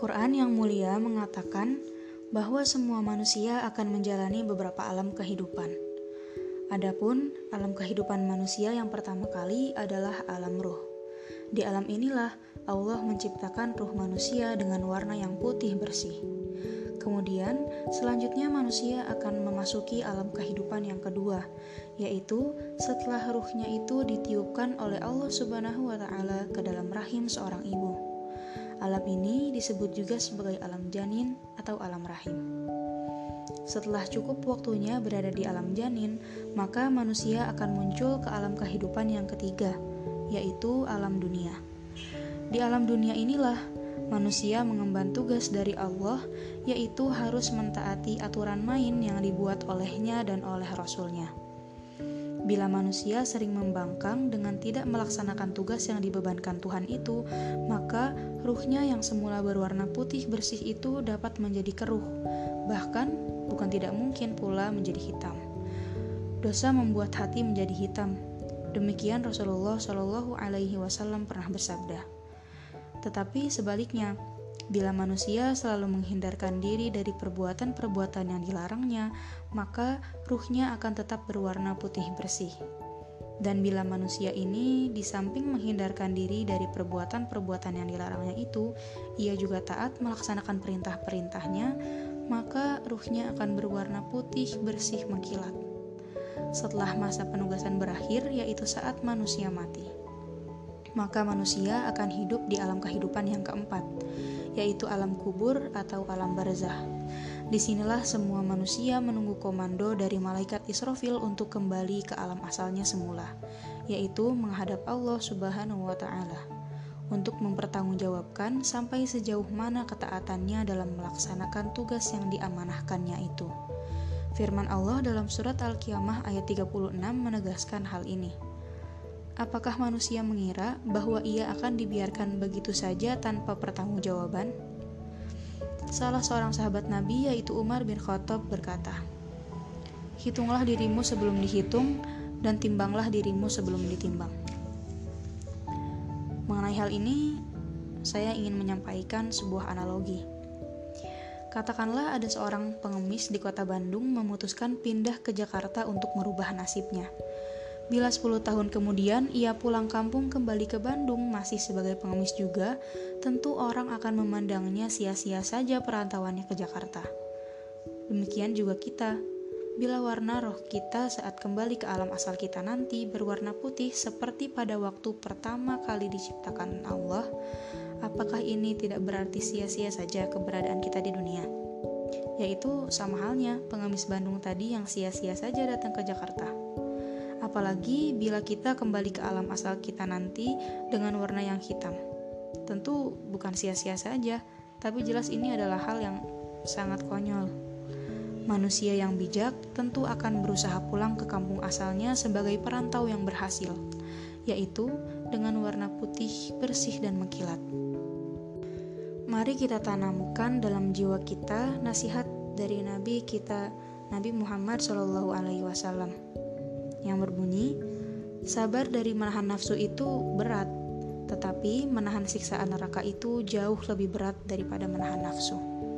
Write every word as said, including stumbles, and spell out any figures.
Al-Quran yang mulia mengatakan bahwa semua manusia akan menjalani beberapa alam kehidupan. Adapun alam kehidupan manusia yang pertama kali adalah alam ruh. Di alam inilah Allah menciptakan ruh manusia dengan warna yang putih bersih. Kemudian selanjutnya manusia akan memasuki alam kehidupan yang kedua, yaitu setelah ruhnya itu ditiupkan oleh Allah Subhanahu wa Ta'ala ke dalam rahim seorang ibu. Alam ini disebut juga sebagai alam janin atau alam rahim. Setelah cukup waktunya berada di alam janin, maka manusia akan muncul ke alam kehidupan yang ketiga, yaitu alam dunia. Di alam dunia inilah manusia mengemban tugas dari Allah, yaitu harus mentaati aturan main yang dibuat olehnya dan oleh Rasul-Nya. Bila manusia sering membangkang dengan tidak melaksanakan tugas yang dibebankan Tuhan itu, maka ruhnya yang semula berwarna putih bersih itu dapat menjadi keruh, bahkan bukan tidak mungkin pula menjadi hitam. Dosa membuat hati menjadi hitam. Demikian Rasulullah Shallallahu Alaihi Wasallam pernah bersabda. Tetapi sebaliknya, bila manusia selalu menghindarkan diri dari perbuatan-perbuatan yang dilarangnya, maka ruhnya akan tetap berwarna putih bersih. Dan bila manusia ini di samping menghindarkan diri dari perbuatan-perbuatan yang dilarangnya itu, ia juga taat melaksanakan perintah-perintahnya, maka ruhnya akan berwarna putih bersih mengkilat. Setelah masa penugasan berakhir, yaitu saat manusia mati, maka manusia akan hidup di alam kehidupan yang keempat, yaitu alam kubur atau alam barzah. Disinilah semua manusia menunggu komando dari malaikat Israfil untuk kembali ke alam asalnya semula, yaitu menghadap Allah Subhanahu wa Ta'ala, untuk mempertanggungjawabkan sampai sejauh mana ketaatannya dalam melaksanakan tugas yang diamanahkannya itu. Firman Allah dalam surat Al-Qiyamah ayat tiga puluh enam menegaskan hal ini. Apakah manusia mengira bahwa ia akan dibiarkan begitu saja tanpa pertanggungjawaban? Salah seorang sahabat Nabi, yaitu Umar bin Khattab, berkata, "Hitunglah dirimu sebelum dihitung, dan timbanglah dirimu sebelum ditimbang." Mengenai hal ini, saya ingin menyampaikan sebuah analogi. Katakanlah ada seorang pengemis di kota Bandung memutuskan pindah ke Jakarta untuk merubah nasibnya. Bila sepuluh tahun kemudian ia pulang kampung kembali ke Bandung masih sebagai pengemis juga, tentu orang akan memandangnya sia-sia saja perantauannya ke Jakarta. Demikian juga kita. Bila warna roh kita saat kembali ke alam asal kita nanti berwarna putih seperti pada waktu pertama kali diciptakan Allah, apakah ini tidak berarti sia-sia saja keberadaan kita di dunia? Yaitu sama halnya pengemis Bandung tadi yang sia-sia saja datang ke Jakarta. Apalagi bila kita kembali ke alam asal kita nanti dengan warna yang hitam. Tentu bukan sia-sia saja, tapi jelas ini adalah hal yang sangat konyol. Manusia yang bijak tentu akan berusaha pulang ke kampung asalnya sebagai perantau yang berhasil, yaitu dengan warna putih, bersih, dan mengkilat. Mari kita tanamkan dalam jiwa kita nasihat dari Nabi kita, Nabi Muhammad shallallahu alaihi wasallam, yang berbunyi, sabar dari menahan nafsu itu berat, tetapi menahan siksaan neraka itu jauh lebih berat daripada menahan nafsu.